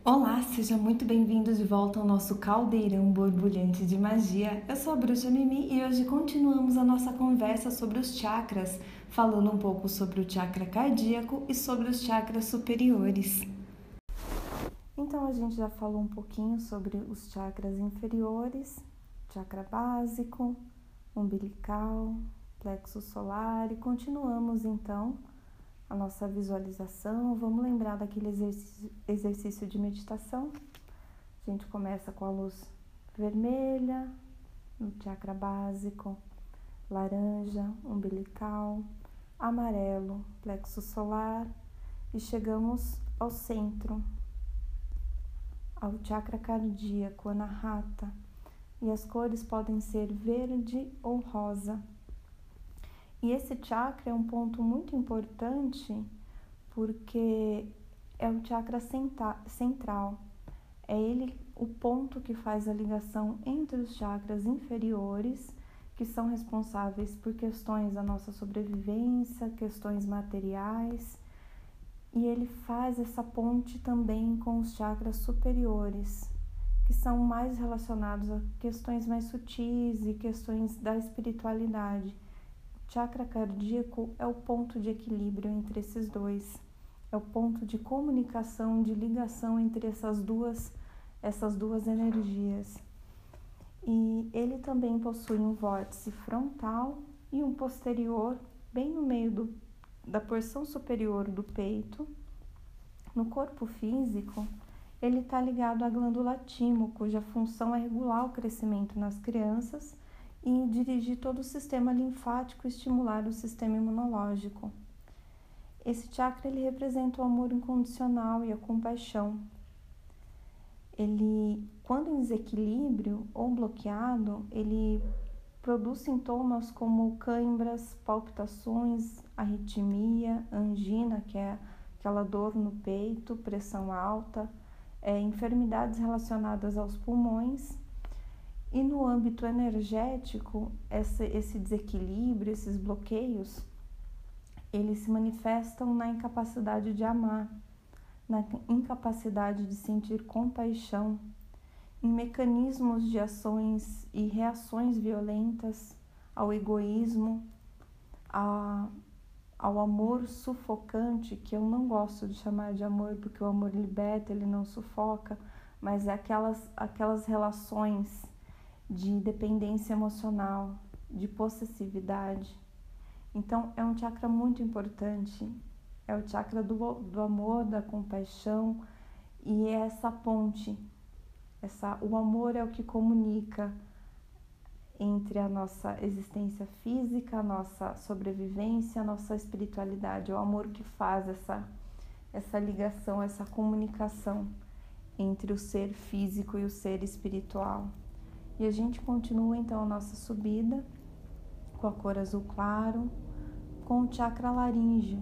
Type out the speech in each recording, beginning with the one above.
Olá, seja muito bem-vindo de volta ao nosso caldeirão borbulhante de magia. Eu sou a Bruxa Mimi e hoje continuamos a nossa conversa sobre os chakras, falando um pouco sobre o chakra cardíaco e sobre os chakras superiores. Então a gente já falou um pouquinho sobre os chakras inferiores, chakra básico, umbilical, plexo solar e continuamos então a nossa visualização. Vamos lembrar daquele exercício de meditação. A gente começa com a luz vermelha no chakra básico, laranja, umbilical, amarelo, plexo solar e chegamos ao centro, ao chakra cardíaco, anahata, e as cores podem ser verde ou rosa. E esse chakra é um ponto muito importante porque é o chakra central. É ele o ponto que faz a ligação entre os chakras inferiores, que são responsáveis por questões da nossa sobrevivência, questões materiais, e ele faz essa ponte também com os chakras superiores, que são mais relacionados a questões mais sutis e questões da espiritualidade. O chakra cardíaco é o ponto de equilíbrio entre esses dois, é o ponto de comunicação, de ligação entre essas duas energias. E ele também possui um vórtice frontal e um posterior, bem no meio da porção superior do peito. No corpo físico, ele está ligado à glândula timo, cuja função é regular o crescimento nas crianças e dirigir todo o sistema linfático e estimular o sistema imunológico. Esse chakra ele representa o amor incondicional e a compaixão. Ele, quando em desequilíbrio ou bloqueado, ele produz sintomas como cãibras, palpitações, arritmia, angina, que é aquela dor no peito, pressão alta, enfermidades relacionadas aos pulmões. E no âmbito energético, esse desequilíbrio, esses bloqueios, eles se manifestam na incapacidade de amar, na incapacidade de sentir compaixão, em mecanismos de ações e reações violentas, ao egoísmo, ao amor sufocante, que eu não gosto de chamar de amor, porque o amor liberta, ele não sufoca, mas é aquelas relações de dependência emocional, de possessividade. Então, é um chakra muito importante, é o chakra do amor, da compaixão, e é essa ponte, o amor é o que comunica entre a nossa existência física, a nossa sobrevivência, a nossa espiritualidade, é o amor que faz essa ligação, essa comunicação entre o ser físico e o ser espiritual. E a gente continua então a nossa subida com a cor azul claro, com o chakra laríngeo.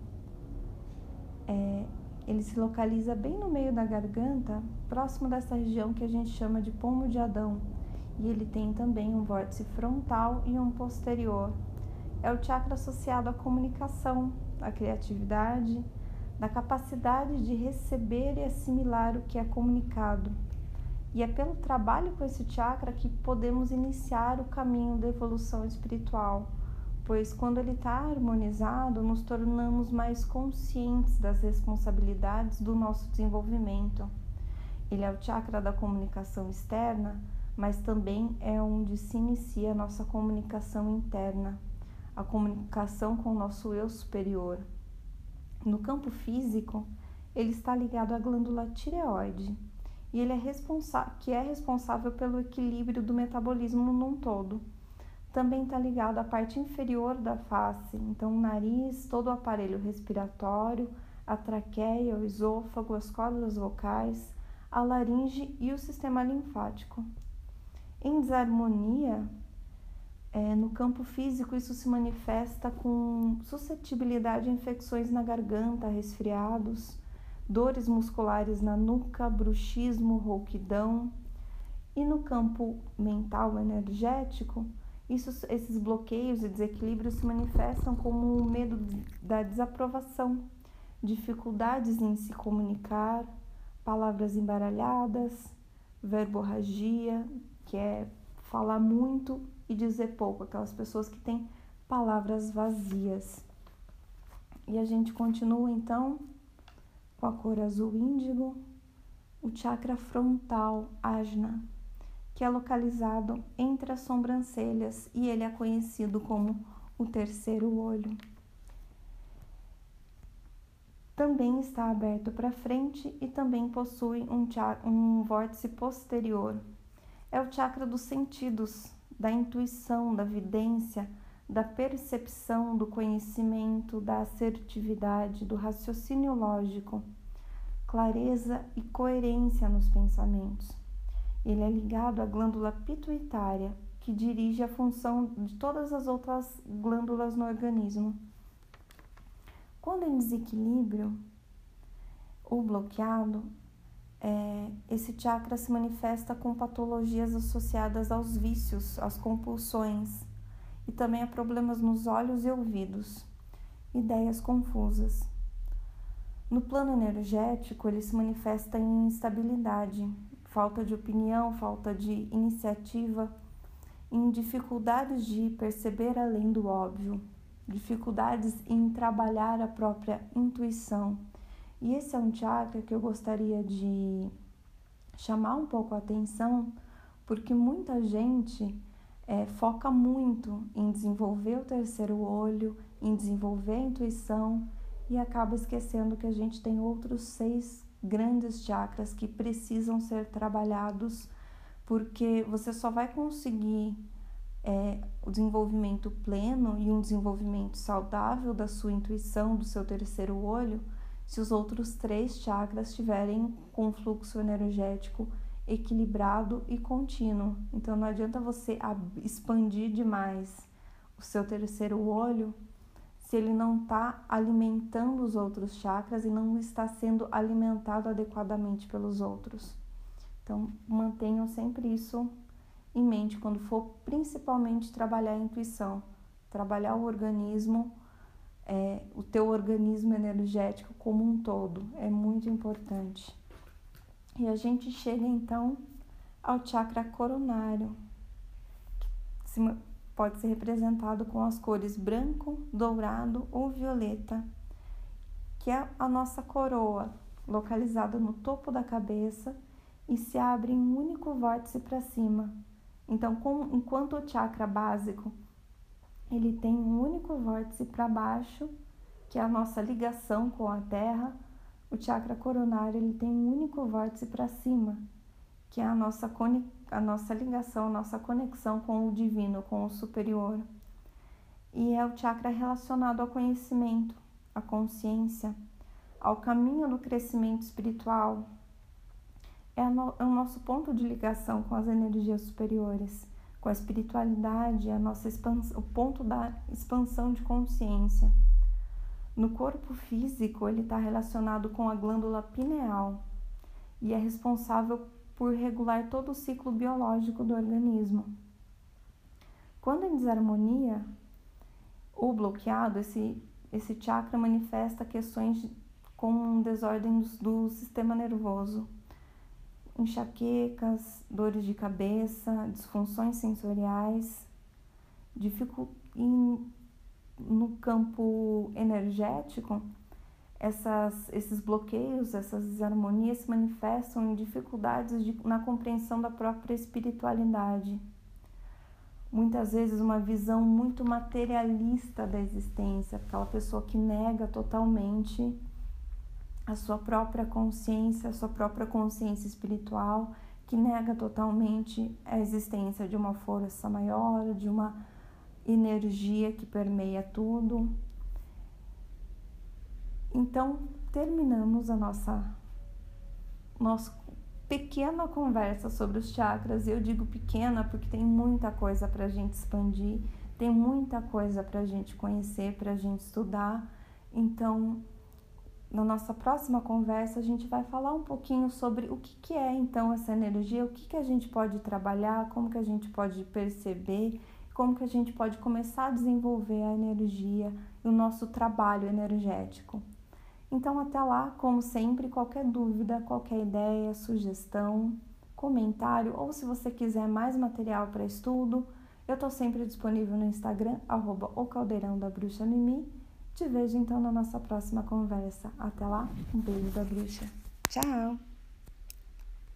Ele se localiza bem no meio da garganta, próximo dessa região que a gente chama de pomo de Adão. E ele tem também um vórtice frontal e um posterior. É o chakra associado à comunicação, à criatividade, da capacidade de receber e assimilar o que é comunicado. E é pelo trabalho com esse chakra que podemos iniciar o caminho da evolução espiritual, pois quando ele está harmonizado, nos tornamos mais conscientes das responsabilidades do nosso desenvolvimento. Ele é o chakra da comunicação externa, mas também é onde se inicia a nossa comunicação interna, a comunicação com o nosso eu superior. No campo físico, ele está ligado à glândula tireoide, e ele é responsável pelo equilíbrio do metabolismo num todo. Também está ligado à parte inferior da face, então o nariz, todo o aparelho respiratório, a traqueia, o esôfago, as cordas vocais, a laringe e o sistema linfático. Em desarmonia, no campo físico, isso se manifesta com suscetibilidade a infecções na garganta, resfriados, dores musculares na nuca, bruxismo, rouquidão. E no campo mental energético, esses bloqueios e desequilíbrios se manifestam como o medo da desaprovação, dificuldades em se comunicar, palavras embaralhadas, verborragia, que é falar muito e dizer pouco, aquelas pessoas que têm palavras vazias. E a gente continua então com a cor azul índigo, o chakra frontal, Ajna, que é localizado entre as sobrancelhas e ele é conhecido como o terceiro olho. Também está aberto para frente e também possui um vórtice posterior. É o chakra dos sentidos, da intuição, da vidência, da percepção, do conhecimento, da assertividade, do raciocínio lógico, clareza e coerência nos pensamentos. Ele é ligado à glândula pituitária, que dirige a função de todas as outras glândulas no organismo. Quando em desequilíbrio ou bloqueado, esse chakra se manifesta com patologias associadas aos vícios, às compulsões e também a problemas nos olhos e ouvidos, ideias confusas. No plano energético, ele se manifesta em instabilidade, falta de opinião, falta de iniciativa, em dificuldades de perceber além do óbvio, dificuldades em trabalhar a própria intuição. E esse é um chakra que eu gostaria de chamar um pouco a atenção, porque muita gente foca muito em desenvolver o terceiro olho, em desenvolver a intuição e acaba esquecendo que a gente tem outros 6 grandes chakras que precisam ser trabalhados, porque você só vai conseguir o desenvolvimento pleno e um desenvolvimento saudável da sua intuição, do seu terceiro olho, se os outros 3 chakras estiverem com um fluxo energético equilibrado e contínuo. Então não adianta você expandir demais o seu terceiro olho se ele não está alimentando os outros chakras e não está sendo alimentado adequadamente pelos outros. Então mantenham sempre isso em mente quando for principalmente trabalhar a intuição, trabalhar o organismo, o teu organismo energético como um todo, é muito importante. E a gente chega então ao chakra coronário, que pode ser representado com as cores branco, dourado ou violeta, que é a nossa coroa, localizada no topo da cabeça e se abre em um único vórtice para cima. Então, enquanto o chakra básico ele tem um único vórtice para baixo, que é a nossa ligação com a Terra, o chakra coronário ele tem um único vórtice para cima, que é a nossa ligação, a nossa conexão com o divino, com o superior. E é o chakra relacionado ao conhecimento, à consciência, ao caminho do crescimento espiritual. É o nosso ponto de ligação com as energias superiores, com a espiritualidade, o ponto da expansão de consciência. No corpo físico, ele está relacionado com a glândula pineal e é responsável por regular todo o ciclo biológico do organismo. Quando em desarmonia ou bloqueado, esse chakra manifesta questões como desordem do sistema nervoso, enxaquecas, dores de cabeça, disfunções sensoriais, no campo energético, esses bloqueios, essas desarmonias se manifestam em dificuldades na compreensão da própria espiritualidade. Muitas vezes uma visão muito materialista da existência, aquela pessoa que nega totalmente a sua própria consciência espiritual, que nega totalmente a existência de uma força maior, de uma energia que permeia tudo. Então, terminamos a nossa pequena conversa sobre os chakras. Eu digo pequena porque tem muita coisa para a gente expandir, tem muita coisa para a gente conhecer, para a gente estudar. Então, na nossa próxima conversa, a gente vai falar um pouquinho sobre o que é então essa energia, o que a gente pode trabalhar, como que a gente pode perceber, como que a gente pode começar a desenvolver a energia e o nosso trabalho energético. Então, até lá, como sempre, qualquer dúvida, qualquer ideia, sugestão, comentário, ou se você quiser mais material para estudo, eu estou sempre disponível no Instagram, @ocaldeirãodabruxamimi. Te vejo então na nossa próxima conversa. Até lá, um beijo da bruxa. Tchau!